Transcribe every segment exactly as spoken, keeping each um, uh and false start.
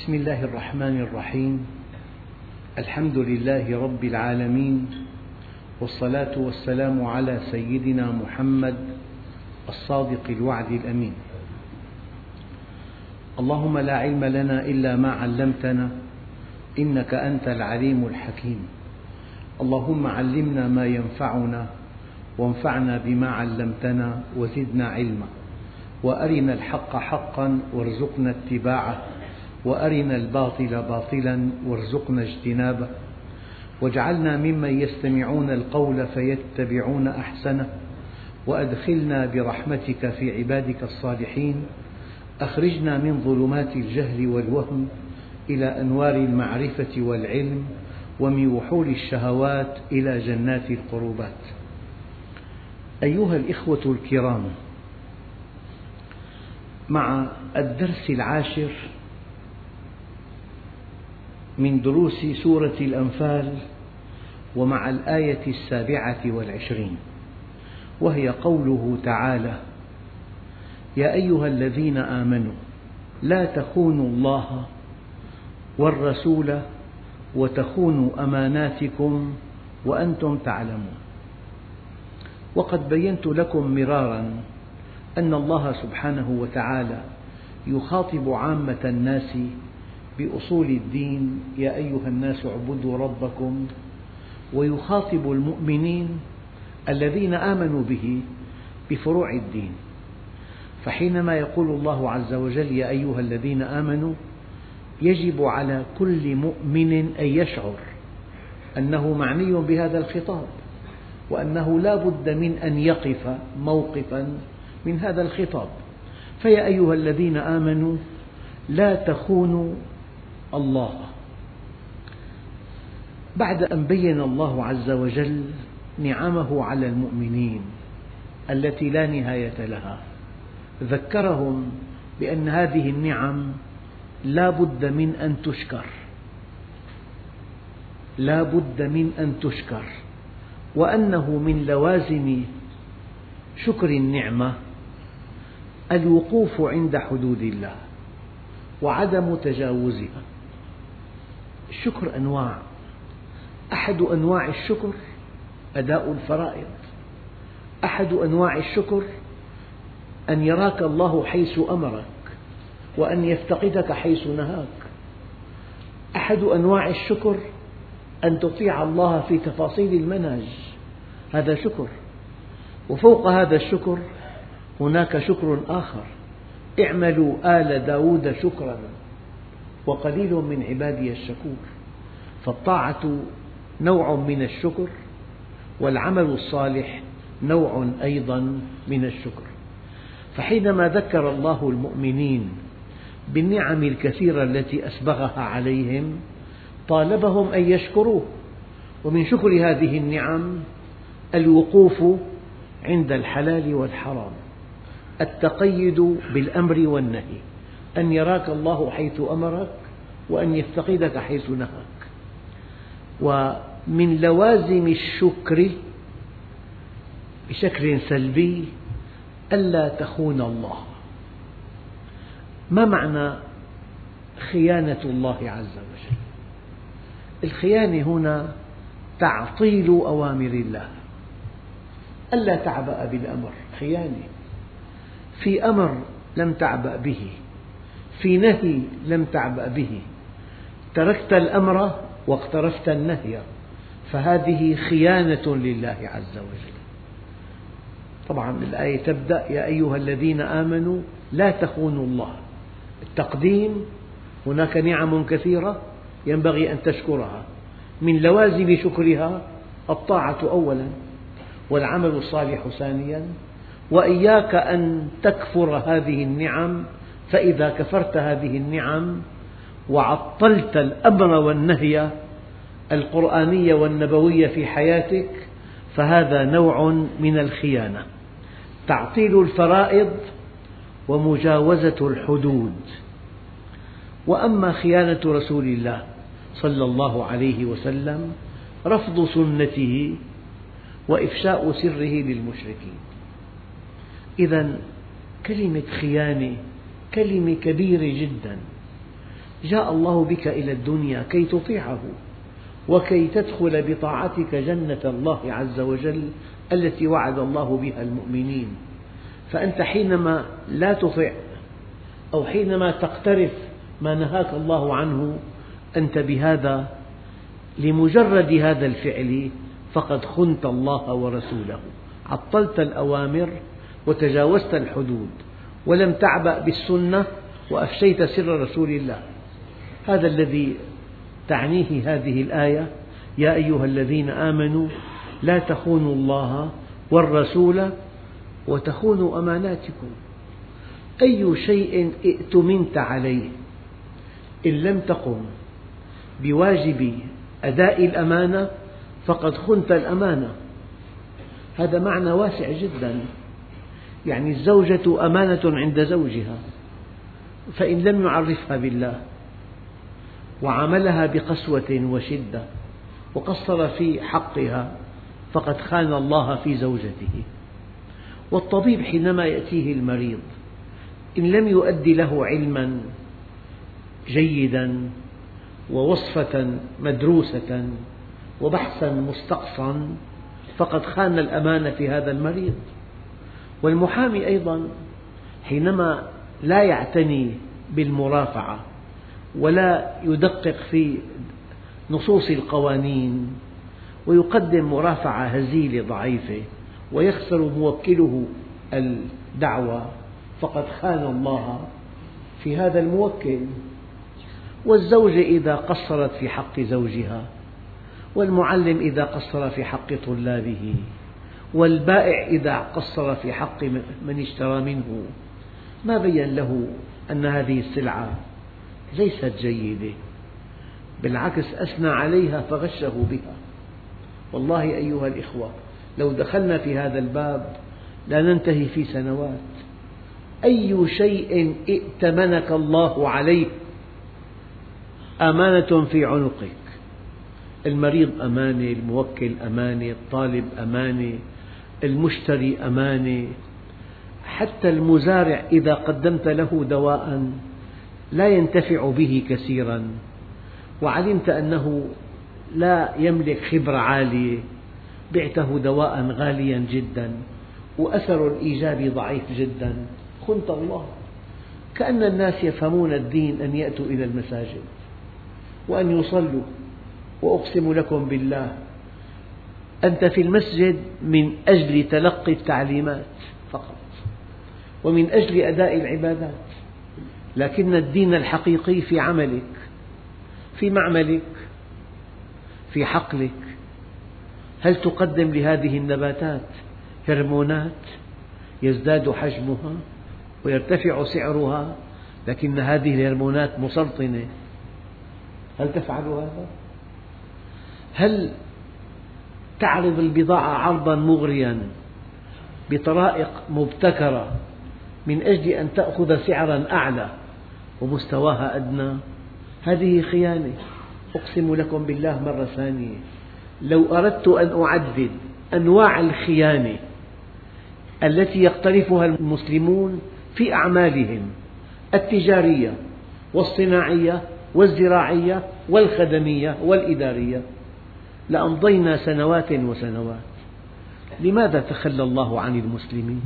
بسم الله الرحمن الرحيم. الحمد لله رب العالمين، والصلاة والسلام على سيدنا محمد الصادق الوعد الأمين. اللهم لا علم لنا إلا ما علمتنا إنك أنت العليم الحكيم. اللهم علمنا ما ينفعنا وانفعنا بما علمتنا وزدنا علما، وأرنا الحق حقا وارزقنا اتباعه، وأرنا الباطل باطلا وارزقنا اجتنابه، واجعلنا ممن يستمعون القول فيتبعون أحسنه، وأدخلنا برحمتك في عبادك الصالحين. أخرجنا من ظلمات الجهل والوهم إلى أنوار المعرفة والعلم، ومن وحول الشهوات إلى جنات القربات. أيها الإخوة الكرام، مع الدرس العاشر من دروس سورة الأنفال، ومع الآية السابعة والعشرين، وهي قوله تعالى: يا أيها الذين آمنوا لا تخونوا الله والرسول وتخونوا أماناتكم وأنتم تعلمون. وقد بينت لكم مرارا أن الله سبحانه وتعالى يخاطب عامة الناس بأصول الدين: يا أيها الناس اعبدوا ربكم، ويخاطب المؤمنين الذين آمنوا به بفروع الدين. فحينما يقول الله عز وجل يا أيها الذين آمنوا، يجب على كل مؤمن أن يشعر أنه معني بهذا الخطاب، وأنه لا بد من أن يقف موقفا من هذا الخطاب. فيا أيها الذين آمنوا لا تخونوا الله. بعد أن بين الله عز وجل نعمه على المؤمنين التي لا نهاية لها، ذكرهم بأن هذه النعم لا بد من أن تشكر، لا بد من أن تشكر، وأنه من لوازم شكر النعمة الوقوف عند حدود الله وعدم تجاوزها. الشكر أنواع، أحد أنواع الشكر أداء الفرائض، أحد أنواع الشكر أن يراك الله حيث أمرك وأن يفتقدك حيث نهاك، أحد أنواع الشكر أن تطيع الله في تفاصيل المنهج، هذا شكر. وفوق هذا الشكر هناك شكر آخر: اعملوا آل داود شكرا وقليل من عبادي الشكور. فالطاعة نوع من الشكر، والعمل الصالح نوع أيضا من الشكر. فحينما ذكر الله المؤمنين بالنعم الكثيرة التي أسبغها عليهم، طالبهم أن يشكروه. ومن شكر هذه النعم الوقوف عند الحلال والحرام، التقيد بالأمر والنهي، أن يراك الله حيث أمرك وأن يفتقدك حيث نهاك. ومن لوازم الشكر بشكل سلبي ألا تخون الله. ما معنى خيانة الله عز وجل؟ الخيانة هنا تعطيل أوامر الله، ألا تعبأ بالأمر، خيانة. في أمر لم تعبأ به، في نهي لم تعبأ به، تركت الأمر واقترفت النهي، فهذه خيانة لله عز وجل. طبعا الآية تبدأ يا أيها الذين آمنوا لا تخونوا الله. التقديم: هناك نعم كثيرة ينبغي أن تشكرها، من لوازم شكرها الطاعة أولا والعمل الصالح ثانيا. وإياك أن تكفر هذه النعم، فإذا كفرت هذه النعم وعطلت الأمر والنهي القرآني والنبوي في حياتك، فهذا نوع من الخيانة. تعطيل الفرائض ومجاوزة الحدود. وأما خيانة رسول الله صلى الله عليه وسلم، رفض سنته وإفشاء سره للمشركين. إذن كلمة خيانة كلمة كبيرة جدا جاء الله بك إلى الدنيا كي تطيعه وكي تدخل بطاعتك جنة الله عز وجل التي وعد الله بها المؤمنين. فأنت حينما لا تطع أو حينما تقترف ما نهاك الله عنه، أنت بهذا لمجرد هذا الفعل فقد خنت الله ورسوله، عطلت الأوامر وتجاوزت الحدود ولم تعبأ بالسنة وأفشيت سر رسول الله. هذا الذي تعنيه هذه الآية: يا أيها الذين آمنوا لا تخونوا الله والرسول وتخونوا أماناتكم. أي شيء ائتمنت عليه إن لم تقم بواجب أداء الأمانة فقد خنت الأمانة. هذا معنى واسع جدا، يعني الزوجة أمانة عند زوجها، فإن لم يعرفها بالله وعاملها بقسوة وشدة وقصر في حقها فقد خان الله في زوجته. والطبيب حينما يأتيه المريض إن لم يؤدي له علما جيدا ووصفة مدروسة وبحثا مستقصا فقد خان الأمانة في هذا المريض. والمحامي أيضا حينما لا يعتني بالمرافعة ولا يدقق في نصوص القوانين ويقدم مرافعة هزيلة ضعيفة ويخسر موكله الدعوة فقد خان الله في هذا الموكل. والزوجة إذا قصرت في حق زوجها، والمعلم إذا قصر في حق طلابه، والبائع إذا قصر في حق من اشترى منه، ما بين له أن هذه السلعة ليست جيدة، بالعكس أثنى عليها فغشه بها. والله أيها الإخوة لو دخلنا في هذا الباب لا ننتهي في سنوات. أي شيء ائتمنك الله عليه أمانة في عنقك. المريض أمانة، الموكل أمانة، الطالب أمانة، المشتري أمانة، حتى المزارع إذا قدمت له دواء لا ينتفع به كثيرا وعلمت أنه لا يملك خبرة عالية، بعته دواء غاليا جدا وأثر الإيجابي ضعيف جدا، خنت الله. كأن الناس يفهمون الدين أن يأتوا إلى المساجد وأن يصلوا، وأقسم لكم بالله أنت في المسجد من أجل تلقي التعليمات فقط ومن أجل أداء العبادات، لكن الدين الحقيقي في عملك، في معملك، في حقلك. هل تقدم لهذه النباتات هرمونات يزداد حجمها ويرتفع سعرها، لكن هذه الهرمونات مسرطنة؟ هل تفعل هذا؟ هل تعرض البضاعة عرضا مغريا بطرائق مبتكرة من أجل أن تأخذ سعرا أعلى ومستواها أدنى؟ هذه خيانة. أقسم لكم بالله مرة ثانية لو أردت أن أعدد أنواع الخيانة التي يقترفها المسلمون في أعمالهم التجارية والصناعية والزراعية والخدمية والإدارية لأمضينا سنوات وسنوات. لماذا تخلى الله عن المسلمين؟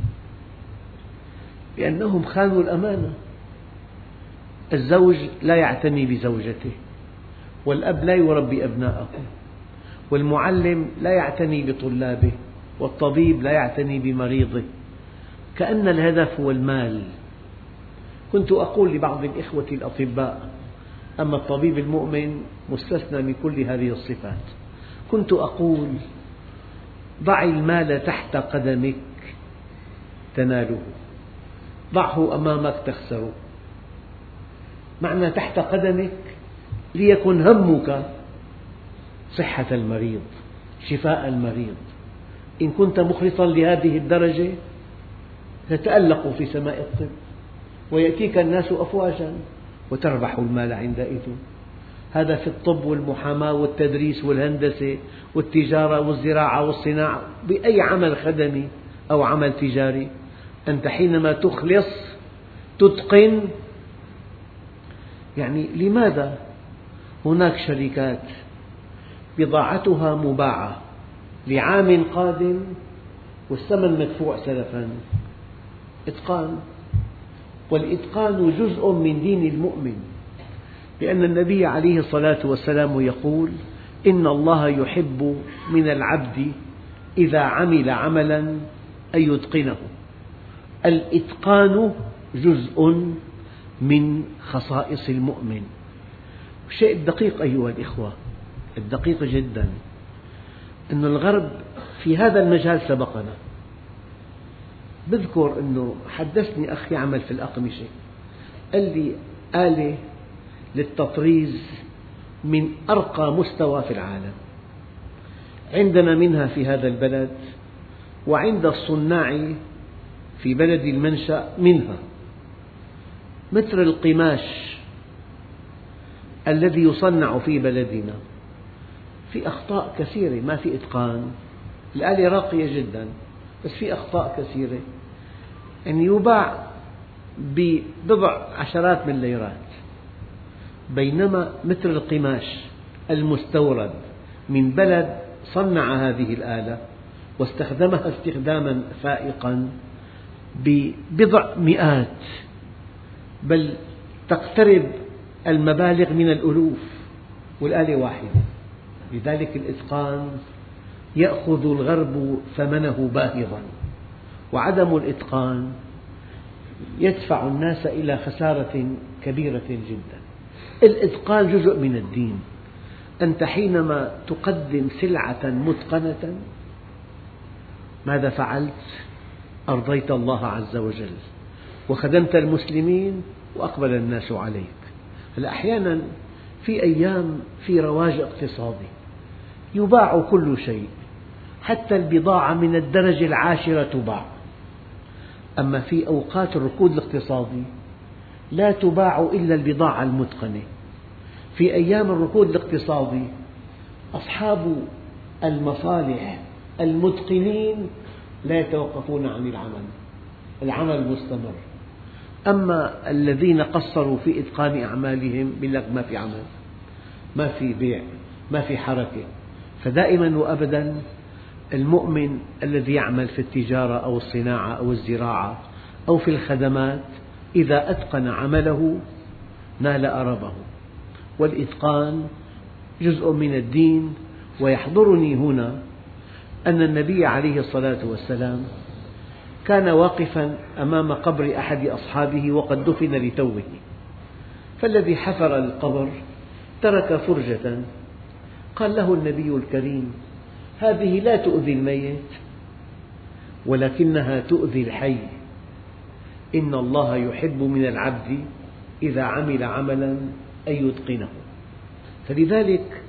لأنهم خانوا الأمانة. الزوج لا يعتني بزوجته، والأب لا يربي أبناءه، والمعلم لا يعتني بطلابه، والطبيب لا يعتني بمريضه. كأن الهدف هو المال. كنت أقول لبعض الإخوة الأطباء: أما الطبيب المؤمن مستثنى من كل هذه الصفات. كنت أقول: ضع المال تحت قدمك تناله، ضعه أمامك تخسره. معنى تحت قدمك ليكن همك صحة المريض، شفاء المريض. إن كنت مخلصا لهذه الدرجة تتألق في سماء الطب ويأتيك الناس أفواجا وتربح المال عندئذ. هذا في الطب والمحاماة والتدريس والهندسة والتجارة والزراعة والصناعة، بأي عمل خدمي أو عمل تجاري. أنت حينما تخلص تتقن يعني لماذا هناك شركات بضاعتها مباعة لعام قادم والثمن مدفوع سلفا؟ إتقان، والإتقان جزء من دين المؤمن، لأن النبي عليه الصلاة والسلام يقول: إن الله يحب من العبد إذا عمل عملا أن يتقنه. الإتقان جزء من خصائص المؤمن. الشيء الدقيق أيها الإخوة، الدقيق جدا، أن الغرب في هذا المجال سبقنا. بذكر أنه حدثني أخ يعمل في الأقمشة، قال لي آلة للتطريز من أرقى مستوى في العالم، عندنا منها في هذا البلد، وعند الصناع في بلد المنشأ منها. مثل القماش الذي يصنع في بلدنا في أخطاء كثيرة، ما في إتقان. الآلة راقية جدا بس في أخطاء كثيرة، أن يباع ببضع عشرات من الليرات، بينما مثل القماش المستورد من بلد صنع هذه الآلة واستخدمها استخداما فائقا ببضع مئات، بل تقترب المبالغ من الألوف، والآلة واحدة. لذلك الإتقان يأخذ الغرب ثمنه باهظا، وعدم الإتقان يدفع الناس إلى خسارة كبيرة جدا. الإتقان جزء من الدين. أنت حينما تقدم سلعة متقنة ماذا فعلت؟ أرضيت الله عز وجل وخدمت المسلمين وأقبل الناس عليك. أحيانا في أيام في رواج اقتصادي يباع كل شيء، حتى البضاعة من الدرجة العاشرة تباع. أما في أوقات الركود الاقتصادي لا تباع إلا البضاعة المتقنة. في أيام الركود الاقتصادي أصحاب المصالح المتقنين لا يتوقفون عن العمل، العمل مستمر. أما الذين قصروا في إتقان أعمالهم يقول لك ما في عمل، ما في بيع، ما في حركة. فدائما وأبدا المؤمن الذي يعمل في التجارة أو الصناعة أو الزراعة أو في الخدمات إذا أتقن عمله نال أربه. والإتقان جزء من الدين. ويحضرني هنا أن النبي عليه الصلاة والسلام كان واقفا أمام قبر أحد أصحابه وقد دفن لتوه، فالذي حفر القبر ترك فرجة، قال له النبي الكريم: هذه لا تؤذي الميت ولكنها تؤذي الحي، إن الله يحب من العبد إذا عمل عملا أن يتقنه. فلذلك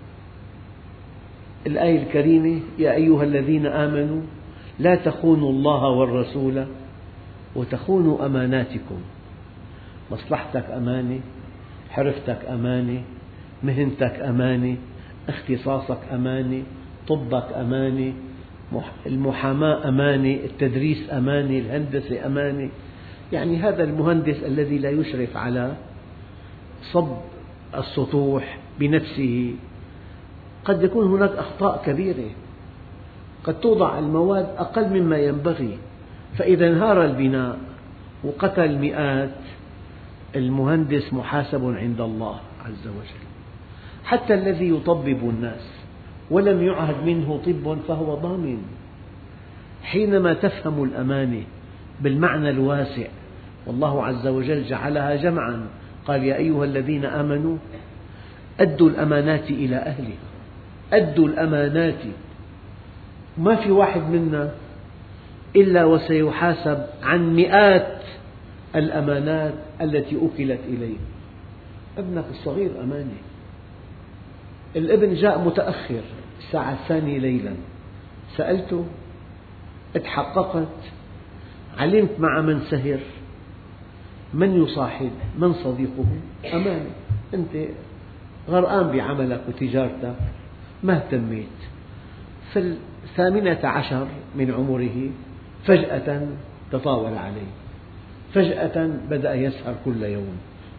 الآية الكريمة: يا أيها الذين آمنوا لا تخونوا الله والرسول وتخونوا أماناتكم. مصلحتك أمانة، حرفتك أمانة، مهنتك أمانة، اختصاصك أمانة، طبك أمانة، المحاماة أمانة، التدريس أمانة، الهندسة أمانة. يعني هذا المهندس الذي لا يشرف على صب السطوح بنفسه قد يكون هناك أخطاء كبيرة، قد توضع المواد أقل مما ينبغي، فإذا انهار البناء وقتل مئات، المهندس محاسب عند الله عز وجل. حتى الذي يطبب الناس ولم يعهد منه طب فهو ضامن. حينما تفهم الأمانة بالمعنى الواسع، والله عز وجل جعلها جمعا، قال: يا أيها الذين آمنوا أدوا الأمانات إلى أهلها. أدوا الأمانات، ما في واحد منا إلا وسيحاسب عن مئات الأمانات التي أكلت إليه. ابنك الصغير أمانة. الابن جاء متأخر الساعة الثانية ليلا، سألته، اتحققت، علمت مع من سهر، من يصاحب، من صديقه، أمانة. أنت غرقان بعملك وتجارتك ما اهتميت. في الثامنة عشر من عمره فجأة تطاول عليه، فجأة بدأ يسهر كل يوم،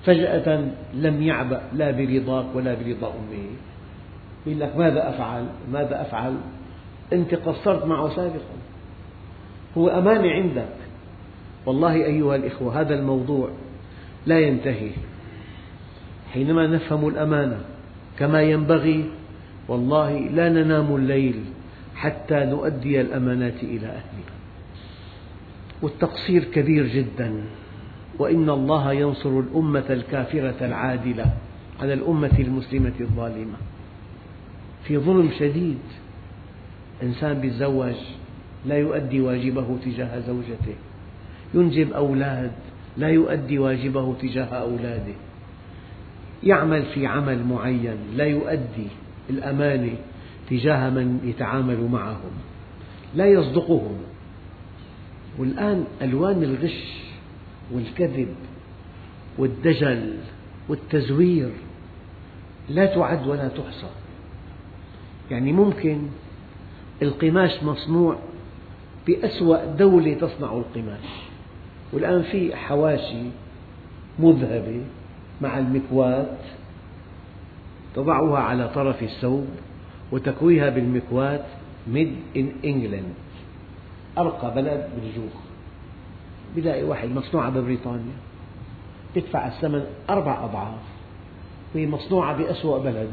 فجأة لم يعبأ لا برضاك ولا برضا أمه، يقول لك ماذا أفعل ماذا أفعل؟ أنت قصرت معه سابقا، هو أمانة عندك. والله أيها الإخوة هذا الموضوع لا ينتهي. حينما نفهم الأمانة كما ينبغي والله لا ننام الليل حتى نؤدي الأمانات إلى أهلها. والتقصير كبير جدا، وإن الله ينصر الأمة الكافرة العادلة على الأمة المسلمة الظالمة. في ظلم شديد، إنسان يتزوج لا يؤدي واجبه تجاه زوجته، ينجب أولاد لا يؤدي واجبه تجاه أولاده، يعمل في عمل معين لا يؤدي الأمانة تجاه من يتعامل معهم، لا يصدقهم. والآن ألوان الغش والكذب والدجل والتزوير لا تعد ولا تحصى. يعني ممكن القماش مصنوع بأسوأ دولة تصنع القماش، والآن في حواشي مذهبة مع المكواة تضعها على طرف الثوب وتكويها بالمكواة Made in England، أرقى بلد بالجوخ. بيلاقي واحد مصنوعة ببريطانيا يدفع الثمن أربع أضعاف وهي مصنوعة بأسوأ بلد.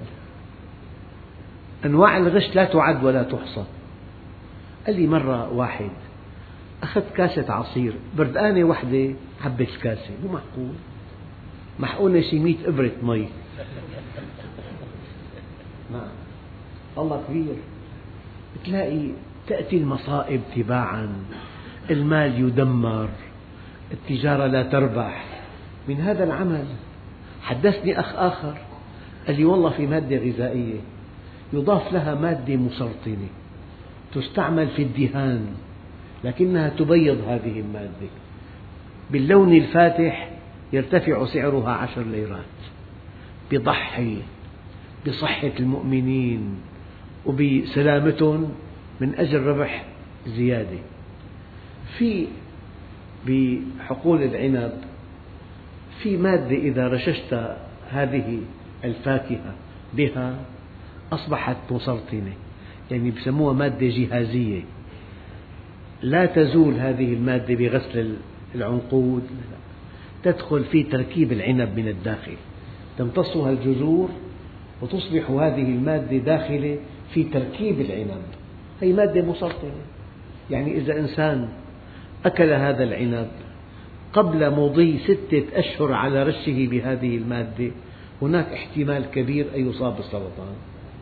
أنواع الغش لا تعد ولا تحصى. قال لي مرة واحد أخذ كاسة عصير بردقانة واحدة حبة الكاسة، مو معقول، محقونة شي مئة إبرة مي. نعم الله كبير. بتلاقي تأتي المصائب تباعا، المال يدمر، التجارة لا تربح من هذا العمل. حدثني أخ آخر قال لي والله في مادة غذائية يضاف لها مادة مسرطنة تستعمل في الدهان لكنها تبيض هذه المادة، باللون الفاتح يرتفع سعرها عشر ليرات. بضحي بصحة المؤمنين وبسلامتهم من أجل ربح زيادة. في بحقول العنب في مادة إذا رششت هذه الفاكهة بها أصبحت مسرطنة، يعني يسموها مادة جهازية، لا تزول هذه المادة بغسل العنقود، تدخل في تركيب العنب من الداخل، تمتصها الجذور وتصبح هذه المادة داخلة في تركيب العنب. هي مادة مسرطنة. يعني إذا إنسان أكل هذا العنب قبل مضي ستة أشهر على رشه بهذه المادة هناك احتمال كبير أن يصاب بالسرطان.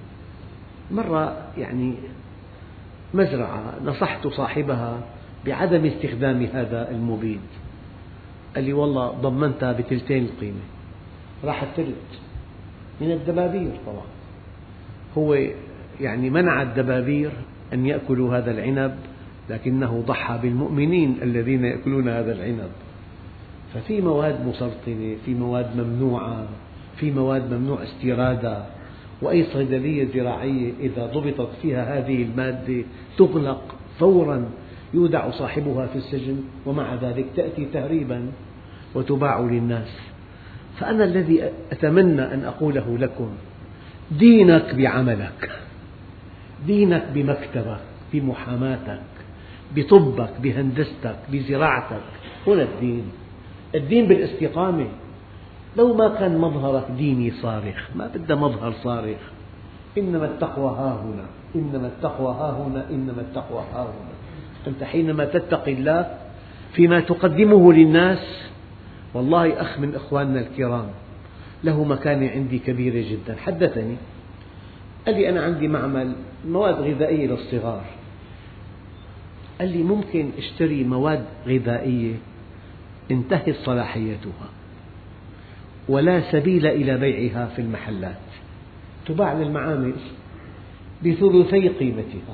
مرة يعني مزرعة نصحت صاحبها بعدم استخدام هذا المبيد، قال لي والله ضمنتها بثلثين القيمة. راح الثلث من الدبابير. طبعا هو يعني منع الدبابير أن يأكلوا هذا العنب، لكنه ضحى بالمؤمنين الذين يأكلون هذا العنب. ففي مواد مسرطنة، في مواد ممنوعة، في مواد ممنوع استيرادها، وأي صيدلية زراعية إذا ضبطت فيها هذه المادة تغلق فورا، يودع صاحبها في السجن، ومع ذلك تأتي تهريبا وتباع للناس. فأنا الذي أتمنى أن أقوله لكم دينك بعملك، دينك بمكتبك، بمحاماتك، بطبك، بهندستك، بزراعتك، هنا الدين. الدين بالاستقامة. لو ما كان مظهرك ديني صارخ، ما بدأ مظهر صارخ، إنما التقوى ها هنا، إنما التقوى ها هنا، إنما التقوى ها هنا. أنت حينما تتقي الله فيما تقدمه للناس، والله أخ من إخواننا الكرام له مكانة عندي كبيرة جدا، حدثني قال لي أنا عندي معمل مواد غذائية للصغار، قال لي ممكن اشتري مواد غذائية انتهت صلاحيتها ولا سبيل إلى بيعها في المحلات، تباع للمعامل بثلثي قيمتها.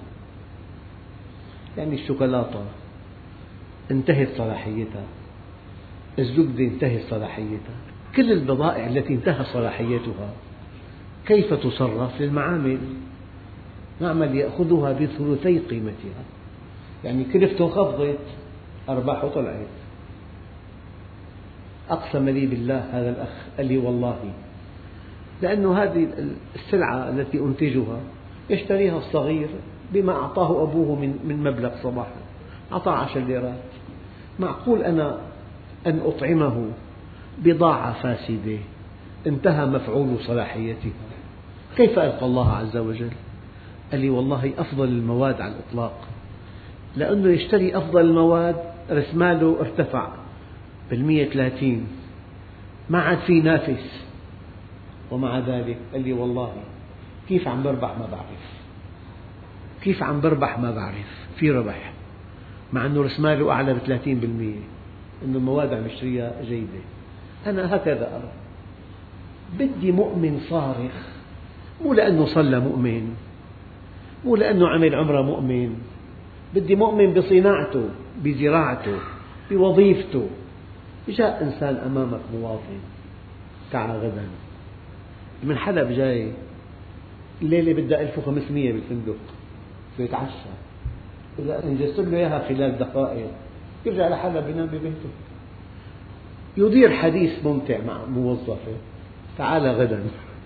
يعني الشوكولاتة انتهت صلاحيتها، الزبدة انتهت صلاحيتها، كل البضائع التي انتهى صلاحيتها كيف تصرف للمعامل؟ معمل يأخذها بثلثي قيمتها، يعني كلفته انخفضت، أرباحه طلعت. أقسم لي بالله هذا الأخ، قال لي والله، لأن هذه السلعة التي أنتجها يشتريها الصغير بما أعطاه أبوه من مبلغ صباحا، أعطاه عشر ليرات، معقول أنا أن أطعمه بضاعة فاسدة انتهى مفعول صلاحيتها؟ كيف ألقى الله عز وجل؟ قال لي والله أفضل المواد على الإطلاق، لأنه يشتري أفضل المواد رأس ماله ارتفع بالمئة وثلاثين، ما عاد في نافس، ومع ذلك قال لي والله كيف عم بربح ما بعرف، كيف عم بربح ما بعرف، في ربح مع أنه رأس ماله أعلى بثلاثين بالمئة، أنه المواد عم يشتريها جيدة. أنا هكذا أرى، بدي مؤمن صارخ، مو لأنه صلى مؤمن، مو لأنه عمل عمرة مؤمن، بدي مؤمن بصناعته، بزراعته، بوظيفته. جاء إنسان أمامك مواطن، تعال غدا من حلب جاي، الليلة بدها ألف وخمسمئة بالفندق بيتعشى، إذا أنجزت له إياها خلال دقائق يرجع لحلب ينام ببيته، يدير حديث ممتع مع موظفة، تعال غدا.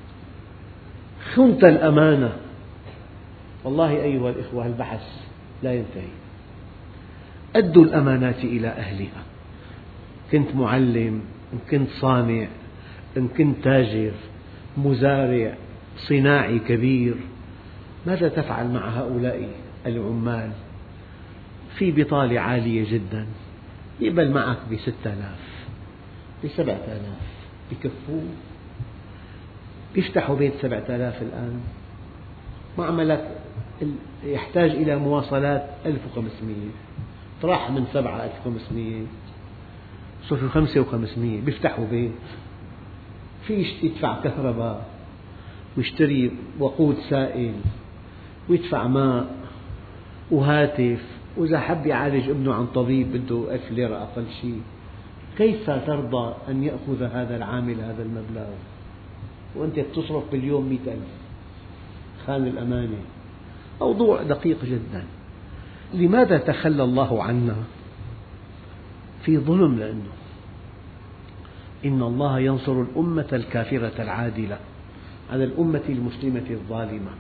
خنت الأمانة. والله أيها الإخوة البحث لا ينتهي. أدوا الأمانات إلى أهلها، كنت معلم، إن كنت صانع، إن كنت تاجر، مزارع، صناعي كبير، ماذا تفعل مع هؤلاء العمال؟ في بطالة عالية جدا، يقبل معك بستة آلاف، بسبعة آلاف، بكفوه؟ بيفتحوا بيت سبعة آلاف الآن، معملك يحتاج إلى مواصلات ألف وخمسمئة، طرح من سبعة ألف وخمسمئة صفر خمسة وخمسمئة، بيفتحوا بيت، في يدفع كهرباء ويشتري وقود سائل ويدفع ماء وهاتف، وإذا حب يعالج ابنه عن طبيب بده ألف ليرة أقل شيء. كيف ترضى أن يأخذ هذا العامل هذا المبلغ وأنت تصرف باليوم مئة ألف؟ خان الأمانة. موضوع دقيق جدا. لماذا تخلى الله عنا؟ في ظلم، لأنه إن الله ينصر الأمة الكافرة العادلة على الأمة المسلمة الظالمة.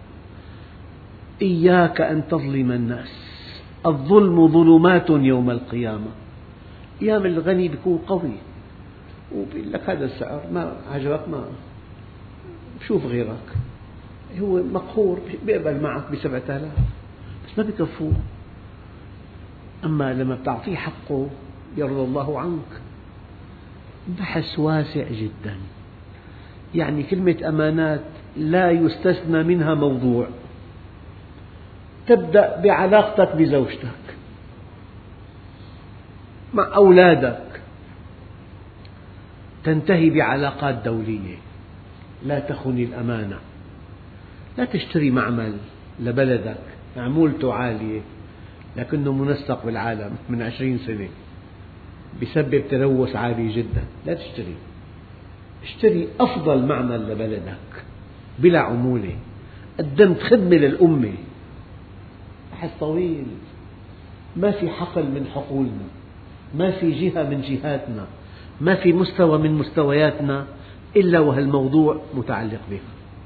إياك أن تظلم الناس، الظلم ظلمات يوم القيامة. أيام الغني بيكون قوي وبيقول لك هذا السعر ما عجبك، ما بشوف غيرك، هو مقهور بيقبل معك بسبعة آلاف بس ما بيكفوه. أما لما بتعطيه حقه يرضى الله عنك. بحث واسع جدا، يعني كلمة أمانات لا يستثنى منها موضوع. تبدأ بعلاقتك بزوجتك، مع أولادك، تنتهي بعلاقات دولية. لا تخن الأمانة. لا تشتري معمل لبلدك عمولته عالية لكنه منسق بالعالم من عشرين سنة بسبب تلوث عالي جدا، لا تشتري. اشتري أفضل معمل لبلدك بلا عمولة، قدمت خدمة للأمة. بحث طويل، ما في حقل من حقولنا، ما في جهة من جهاتنا، ما في مستوى من مستوياتنا إلا وهالموضوع متعلق بها.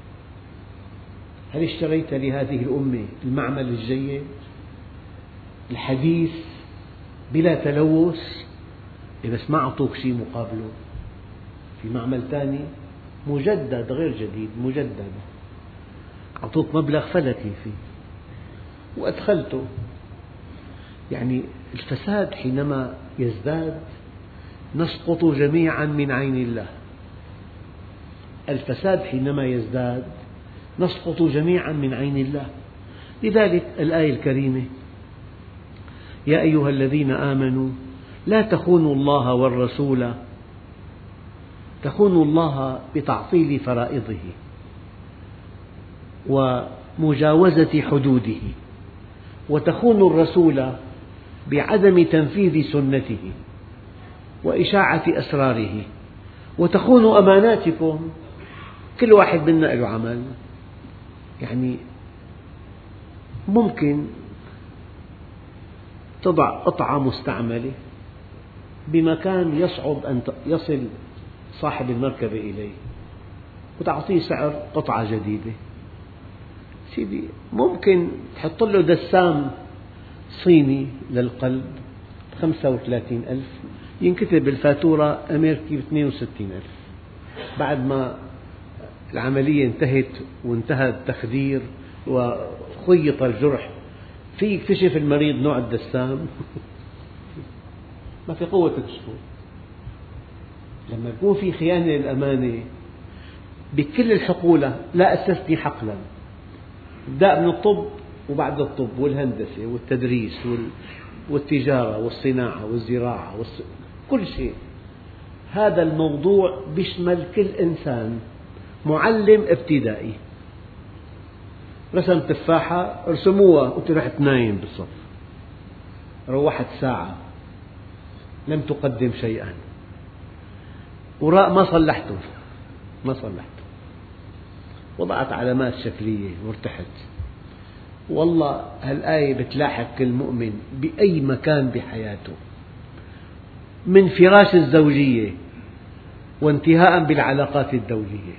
هل اشتريت لهذه الأمة المعمل الجيد الحديث بلا تلوث؟ بس ما أعطوك شيء مقابله. في معمل ثاني مجدد غير جديد، مجدد، أعطوك مبلغ فلكي فيه وأدخلته. يعني الفساد حينما يزداد نسقط جميعا من عين الله. الفساد حينما يزداد نسقط جميعا من عين الله. لذلك الآية الكريمة: يا أيها الذين آمنوا لا تخونوا الله والرسول. تخونوا الله بتعطيل فرائضه ومجاوزة حدوده، وتخونوا الرسول بعدم تنفيذ سنته وإشاعة أسراره، وتخونوا أماناتكم. كل واحد منا له عمل، يعني ممكن تضع قطعة مستعملة بمكان يصعب أن يصل صاحب المركبة إليه، وتعطيه سعر قطعة جديدة. سيدي ممكن تحط له دسام صيني للقلب خمسة وثلاثين ألف، ينكتب بالفاتورة أمريكي باثنين وستين ألف. بعد ما العملية انتهت وانتهى التخدير وخيط الجرح، في يكتشف المريض نوع الدسام ما في قوة تكشفه. لما يكون في خيانة للأمانة بكل الحقولة، لا أستثني حقلا، ابدأ من الطب وبعد الطب والهندسة والتدريس والتجارة والصناعة والزراعة والص... كل شيء. هذا الموضوع بيشمل كل إنسان. معلم ابتدائي رسم تفاحة، ارسموها وأنت رحت نايم بالصف، روحت ساعة لم تقدم شيئا، وراء ما صلحته ما صلحته وضعت علامات شكلية وارتحت. والله هالآية بتلاحق كل مؤمن بأي مكان بحياته، من فراش الزوجية وانتهاء بالعلاقات الدولية.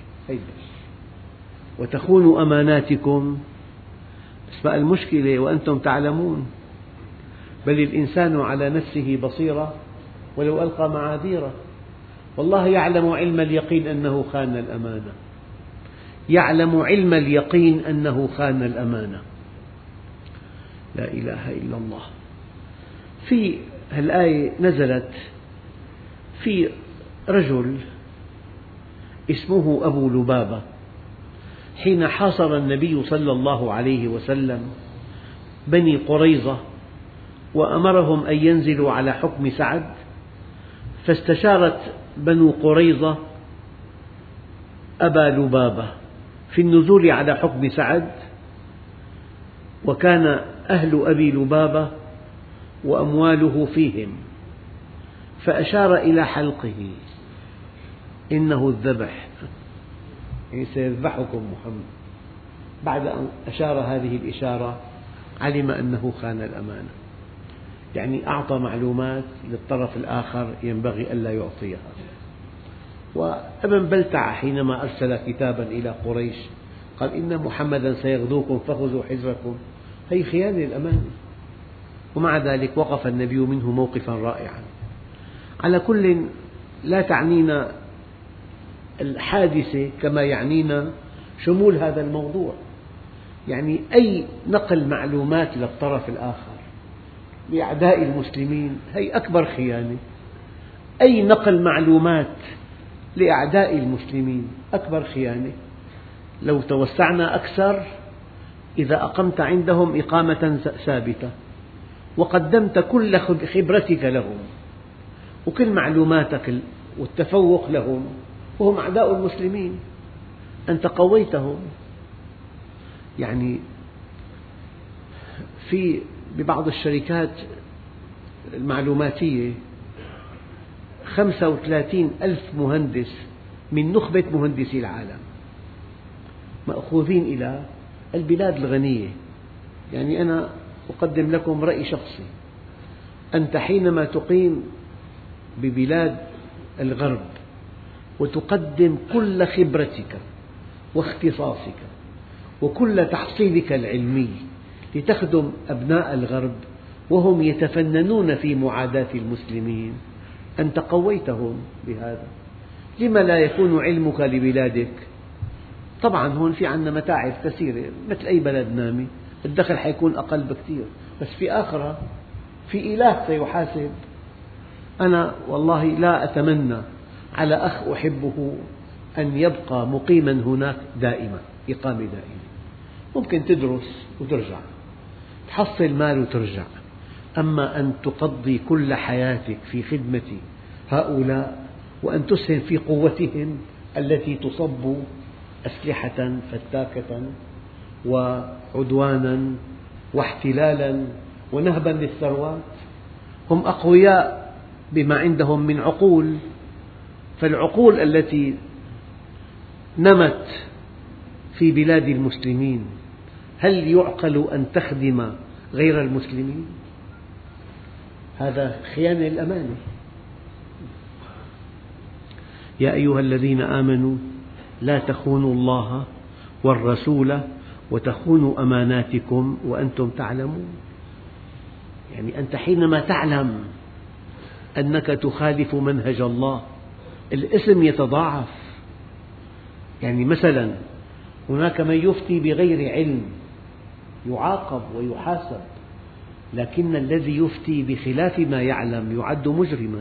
وتخونوا أماناتكم، بس بقى المشكلة وأنتم تعلمون، بل الإنسان على نفسه بصيرة ولو ألقى معاذيره. والله يعلم علم اليقين أنه خان الأمانة، يعلم علم اليقين أنه خان الأمانة. لا إله إلا الله. في هالآية نزلت في رجل اسمه أبو لبابة، حين حاصر النبي صلى الله عليه وسلم بني قريظة وأمرهم أن ينزلوا على حكم سعد، فاستشارت بنو قريظة أبا لبابة في النزول على حكم سعد، وكان أهل أبي لبابة وأمواله فيهم، فأشار إلى حلقه، إنه الذبح، يعني سيذبحكم محمد. بعد أن أشار هذه الإشارة علم أنه خان الأمانة، يعني أعطى معلومات للطرف الآخر ينبغي ألا يعطيها. وابن بلتع حينما أرسل كتابا إلى قريش قال إن محمدا سيغزوكم فخذوا حذركم، هي خيانة للأمانة، ومع ذلك وقف النبي منه موقفا رائعا. على كل، لا تعنينا الحادثة كما يعنينا شمول هذا الموضوع. يعني أي نقل معلومات للطرف الآخر لأعداء المسلمين هي أكبر خيانة. أي نقل معلومات لأعداء المسلمين أكبر خيانة. لو توسعنا أكثر، إذا أقمت عندهم إقامة ثابتة وقدمت كل خبرتك لهم وكل معلوماتك والتفوق لهم، وهم أعداء المسلمين، أنت قويتهم. يعني في ببعض الشركات المعلوماتية خمسة وثلاثين ألف مهندس من نخبة مهندسي العالم مأخوذين إلى البلاد الغنية. يعني أنا أقدم لكم رأي شخصي، أنت حينما تقيم ببلاد الغرب وتقدم كل خبرتك واختصاصك وكل تحصيلك العلمي لتخدم أبناء الغرب وهم يتفننون في معاداة المسلمين، أنت قويتهم بهذا. لما لا يكون علمك لبلادك؟ طبعا هون في عندنا متاعب كثيرة مثل أي بلد نامي، الدخل حيكون أقل بكثير، بس في آخرة في إله سيحاسب. أنا والله لا أتمنى على أخ أحبه أن يبقى مقيما هناك دائما، إقامة دائمة. ممكن تدرس وترجع، تحصل مال وترجع، أما أن تقضي كل حياتك في خدمة هؤلاء وأن تسهم في قوتهم التي تصب أسلحة فتاكة وعدوانا واحتلالا ونهبا للثروات. هم أقوياء بما عندهم من عقول، فالعقول التي نمت في بلاد المسلمين هل يعقل أن تخدم غير المسلمين؟ هذا خيانة للأمانة. يا أيها الذين آمنوا لا تخونوا الله والرسول وتخونوا أماناتكم وأنتم تعلمون. يعني أنت حينما تعلم أنك تخالف منهج الله الإثم يتضاعف. يعني مثلا هناك من يفتي بغير علم يعاقب ويحاسب، لكن الذي يفتي بخلاف ما يعلم يعد مجرما.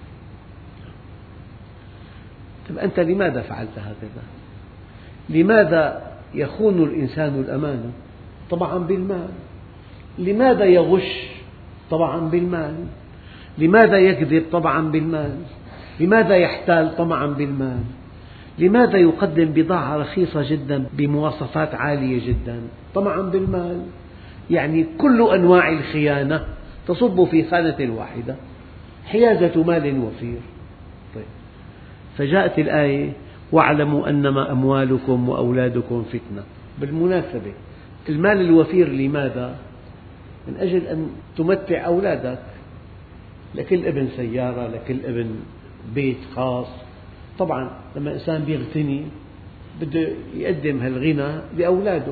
طيب أنت لماذا فعلت هكذا؟ لماذا يخون الإنسان الأمانة؟ طبعا بالمال. لماذا يغش؟ طبعا بالمال. لماذا يكذب؟ طبعا بالمال. لماذا يحتال؟ طبعا بالمال. لماذا يقدم بضاعة رخيصة جدا بمواصفات عالية جدا؟ طبعا بالمال. يعني كل أنواع الخيانة تصب في خانة واحدة، حيازة مال وفير. طيب. فجاءت الآية واعلموا أنما أموالكم وأولادكم فتنة. بالمناسبة المال الوفير لماذا؟ من أجل أن تمتع أولادك، لكل ابن سيارة، لكل ابن بيت خاص. طبعا لما إنسان بيغتني بده يقدم هالغنى لأولاده،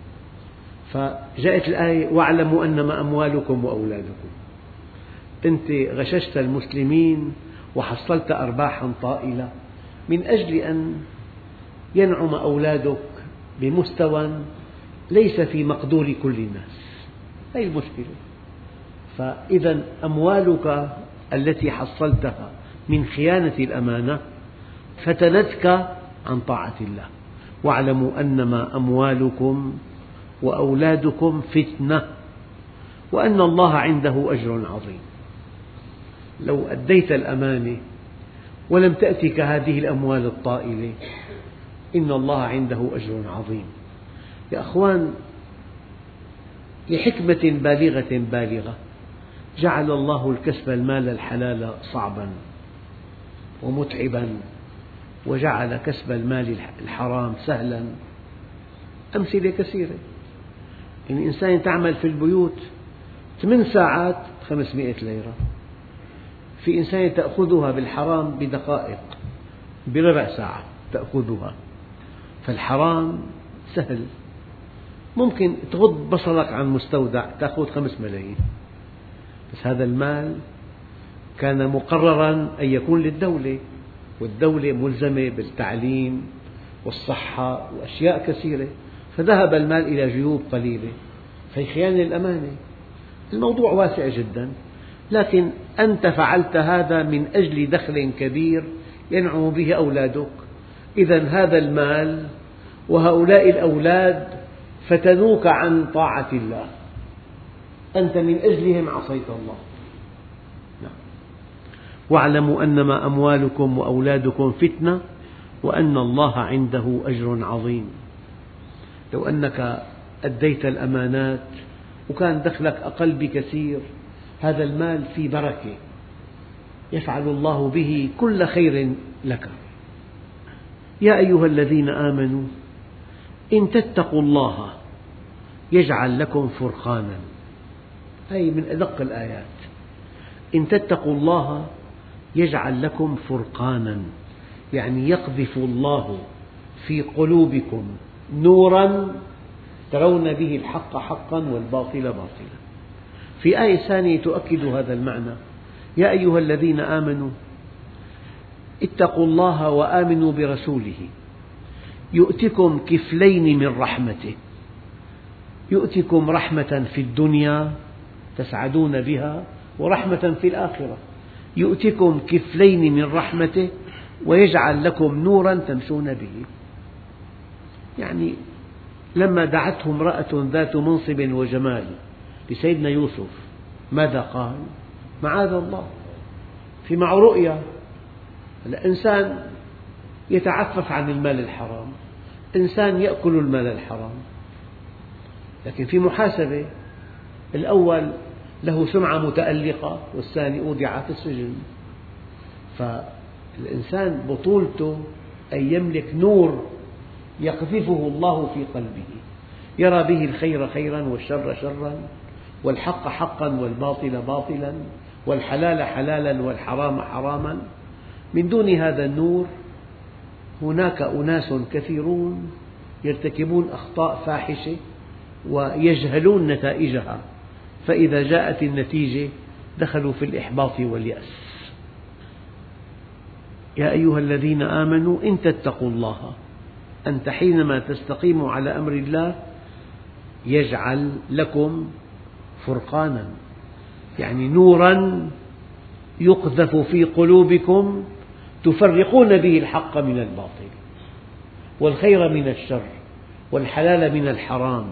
فجاءت الآية واعلموا أنما أموالكم وأولادكم. أنت غششت المسلمين وحصلت أرباحا طائلة من أجل أن ينعم أولادك بمستوى ليس في مقدور كل الناس. هذه المشكلة. فإذا أموالك التي حصلتها من خيانة الأمانة فتنتك عن طاعة الله. واعلموا أنما أموالكم وأولادكم فتنة وأن الله عنده أجر عظيم. لو أديت الأمانة ولم تأتك هذه الأموال الطائلة إن الله عنده أجر عظيم. يا أخوان، لحكمة بالغة بالغة جعل الله الكسب المال الحلال صعبا ومتعبا، وجعل كسب المال الحرام سهلا. أمثلة كثيرة. إن إنسان تعمل في البيوت ثمان ساعات خمسمائة ليرة، في إنسان تأخذها بالحرام بدقائق، بربع ساعة تأخذها. فالحرام سهل، ممكن تغض بصرك عن مستودع تأخذ خمس ملايين، بس هذا المال كان مقررا أن يكون للدولة، والدولة ملزمة بالتعليم والصحة وأشياء كثيرة، فذهب المال إلى جيوب قليلة، في خيانة الأمانة. الموضوع واسع جدا، لكن أنت فعلت هذا من أجل دخل كبير ينعم به أولادك. إذا هذا المال وهؤلاء الأولاد فتنوك عن طاعة الله، أنت من أجلهم عصيت الله. نعم. واعلموا أنما أموالكم وأولادكم فتنة وأن الله عنده أجر عظيم. لو أنك أديت الأمانات وكان دخلك أقل بكثير، هذا المال فيه بركة يفعل الله به كل خير لك. يا أيها الذين آمنوا إن تتقوا الله يجعل لكم فرقانا. هذه من أدق الآيات. إن تتقوا الله يجعل لكم فرقانا، يعني يقذف الله في قلوبكم نورا ترون به الحق حقا والباطل باطلا. في آية ثانية تؤكد هذا المعنى: يا أيها الذين آمنوا اتقوا الله وآمنوا برسوله يؤتكم كفلين من رحمته. يؤتكم رحمة في الدنيا تسعدون بها ورحمة في الآخرة. يؤتكم كفلين من رحمته ويجعل لكم نورا تمشون به. يعني لما دعته امرأة ذات منصب وجمال لسيدنا يوسف ماذا قال؟ معاذ الله. في معه رؤيا، الإنسان يتعفف عن المال الحرام، إنسان يأكل المال الحرام، لكن في محاسبة. الأول له سمعة متألقة والثاني أودع في السجن. فالإنسان بطولته أن يملك نور يقذفه الله في قلبه، يرى به الخير خيرا والشر شرا والحق حقا والباطل باطلا والحلال حلالا والحرام حراما. من دون هذا النور هناك أناس كثيرون يرتكبون أخطاء فاحشة ويجهلون نتائجها، فإذا جاءت النتيجة دخلوا في الإحباط واليأس. يا أيها الذين آمنوا إن تتقوا الله، أنت حينما تستقيم على أمر الله يجعل لكم فرقانا، يعني نورا يقذف في قلوبكم تفرقون به الحق من الباطل والخير من الشر والحلال من الحرام،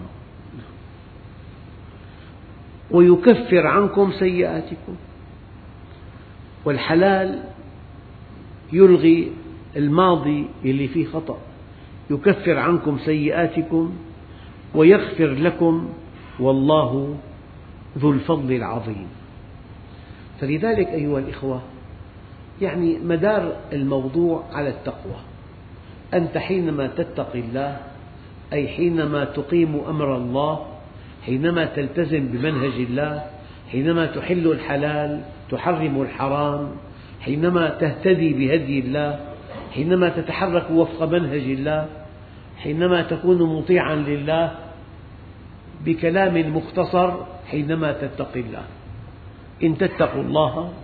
ويكفر عنكم سيئاتكم. والحلال يلغي الماضي اللي فيه خطأ، يكفر عنكم سيئاتكم ويغفر لكم والله ذو الفضل العظيم. فلذلك أيها الإخوة، يعني مدار الموضوع على التقوى. أنت حينما تتقي الله، أي حينما تقيم أمر الله، حينما تلتزم بمنهج الله، حينما تحل الحلال تحرم الحرام، حينما تهتدي بهدي الله، حينما تتحرك وفق منهج الله، حينما تكون مطيعا لله، بكلام مختصر حينما تتقي الله. إن تتقوا الله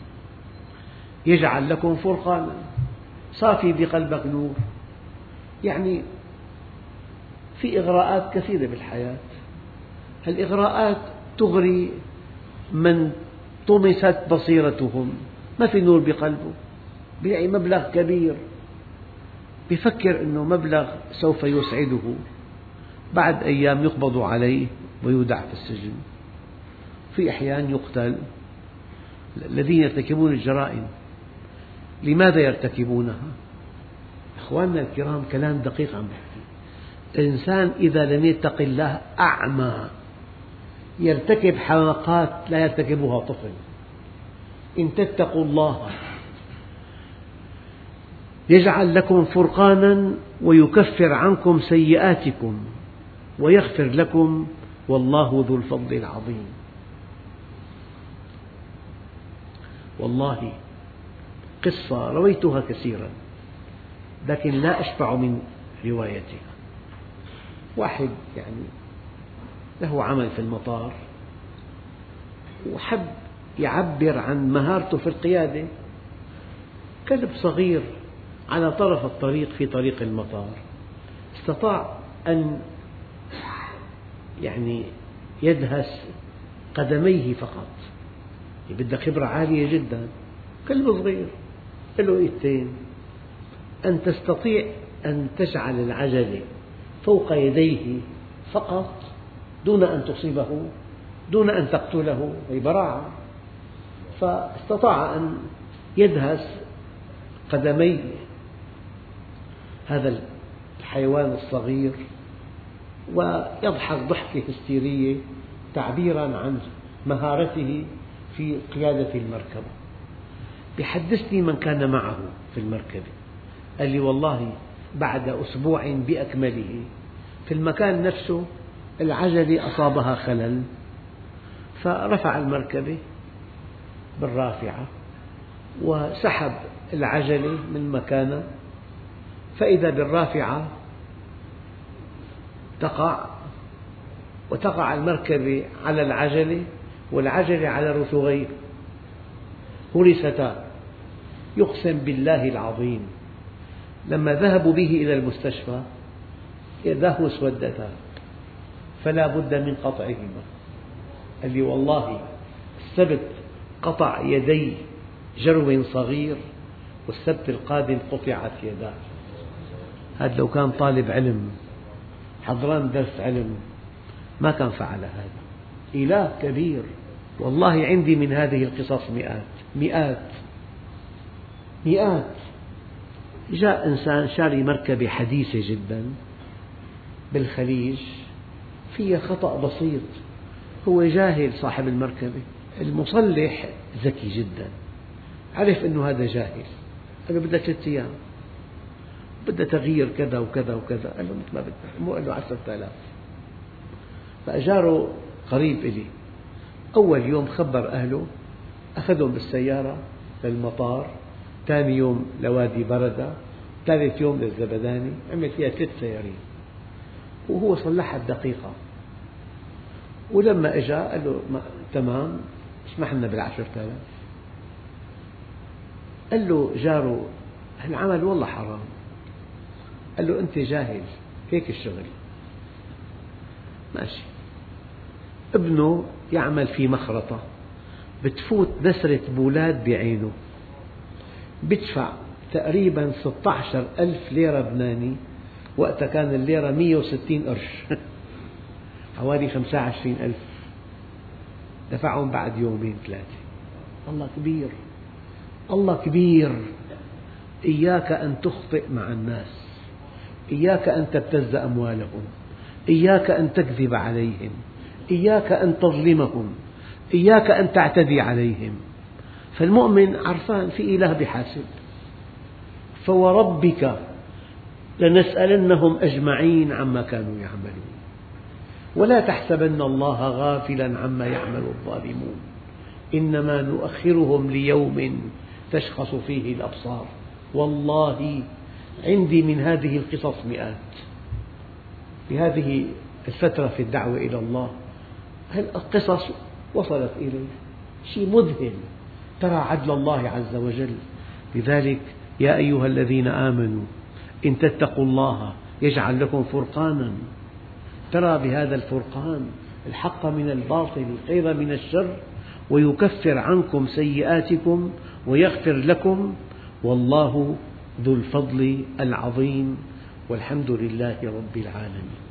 يجعل لكم فرقانا، صافي بقلبك نور. يعني في إغراءات كثيرة بالحياة، الإغراءات تغري من طمست بصيرتهم، ما في نور بقلبه، بيلاقي مبلغ كبير بيفكر أنه مبلغ سوف يسعده، بعد أيام يقبض عليه ويودع في السجن. في أحيان يقتل. الذين يرتكبون الجرائم لماذا يرتكبونها؟ أخواننا الكرام، كلام دقيق عم بحكي. الإنسان إذا لم يتق الله أعمى، يرتكب حماقات لا يرتكبها طفل. إن تتقوا الله يجعل لكم فرقانا ويكفر عنكم سيئاتكم ويغفر لكم والله ذو الفضل العظيم. والله قصة رويتها كثيرا لكن لا أشبع من روايتها. واحد يعني له عمل في المطار وحب يعبر عن مهارته في القيادة. كلب صغير على طرف الطريق في طريق المطار استطاع أن يعني يدهس قدميه فقط. بدك خبرة عالية جدا. كلب صغير له إيدتين، أن تستطيع أن تجعل العجلة فوق يديه فقط دون أن تصيبه، دون أن تقتله، هي براعة. فاستطاع أن يدهس قدمي هذا الحيوان الصغير ويضحك ضحكة هستيرية تعبيرا عن مهارته في قيادة المركبة. بيحدثني من كان معه في المركبة، قال لي والله بعد أسبوع بأكمله في المكان نفسه العجلة أصابها خلل، فرفع المركبة بالرافعة وسحب العجلة من مكانها، فإذا بالرافعة تقع وتقع المركبة على العجلة والعجلة على رثغيه هرستا. يقسم بالله العظيم لما ذهبوا به إلى المستشفى يداه اسودتا فلا بد من قطعهما. قال لي والله السبت قطع يدي جرو صغير والسبت القادم قطعت يداه. هذا لو كان طالب علم حضران درس علم ما كان فعل هذا. إله كبير. والله عندي من هذه القصص مئات مئات مئات. جاء إنسان شاري مركبة حديثة جدا بالخليج فيها خطأ بسيط، هو جاهل صاحب المركبة. المصلح ذكي جدا عرف أنه هذا جاهل، قال له بدك ثلاثة أيام، بدها تغيير كذا وكذا وكذا. قال له مثل ما بدك، مو قال له عشرة آلاف. فأجاره قريب إلي، أول يوم خبر أهله، أخذهم بالسيارة للمطار، ثاني يوم لوادي بردة، ثالث يوم للزبداني عمل فيها ثلاث سيارين وهو صلحها بدقيقة، ولما إجا قال له تمام اسمح لنا بالعشرة آلاف. قال له جاره هالعمل والله حرام. قال له أنت جاهل، هيك الشغل. ماشي. ابنه يعمل في مخرطة بتفوت نسرة بولاد بعينه، بدفع تقريبا ستة عشر ألف ليرة لبناني، وقتها كان الليرة مئة وستين قرش حوالي خمسة وعشرين ألف، دفعهم بعد يومين ثلاثة. الله كبير، الله كبير. إياك أن تخطئ مع الناس، إياك أن تبتز أموالهم، إياك أن تكذب عليهم، إياك أن تظلمهم، إياك أن تعتدي عليهم. فالمؤمن عرفان في إله بحاسب. فوربك لنسألنهم أجمعين عما كانوا يعملون ولا تحسبن الله غافلا عما يعمل الظالمون إنما نؤخرهم ليوم تشخص فيه الأبصار. والله عندي من هذه القصص مئات. في هذه الفترة في الدعوة إلى الله القصص وصلت إلي شيء مذهل، ترى عدل الله عز وجل. لذلك يا أيها الذين آمنوا إن تتقوا الله يجعل لكم فرقانا، ترى بهذا الفرقان الحق من الباطل، الخير من الشر، ويكفر عنكم سيئاتكم ويغفر لكم، والله ذو الفضل العظيم، والحمد لله رب العالمين.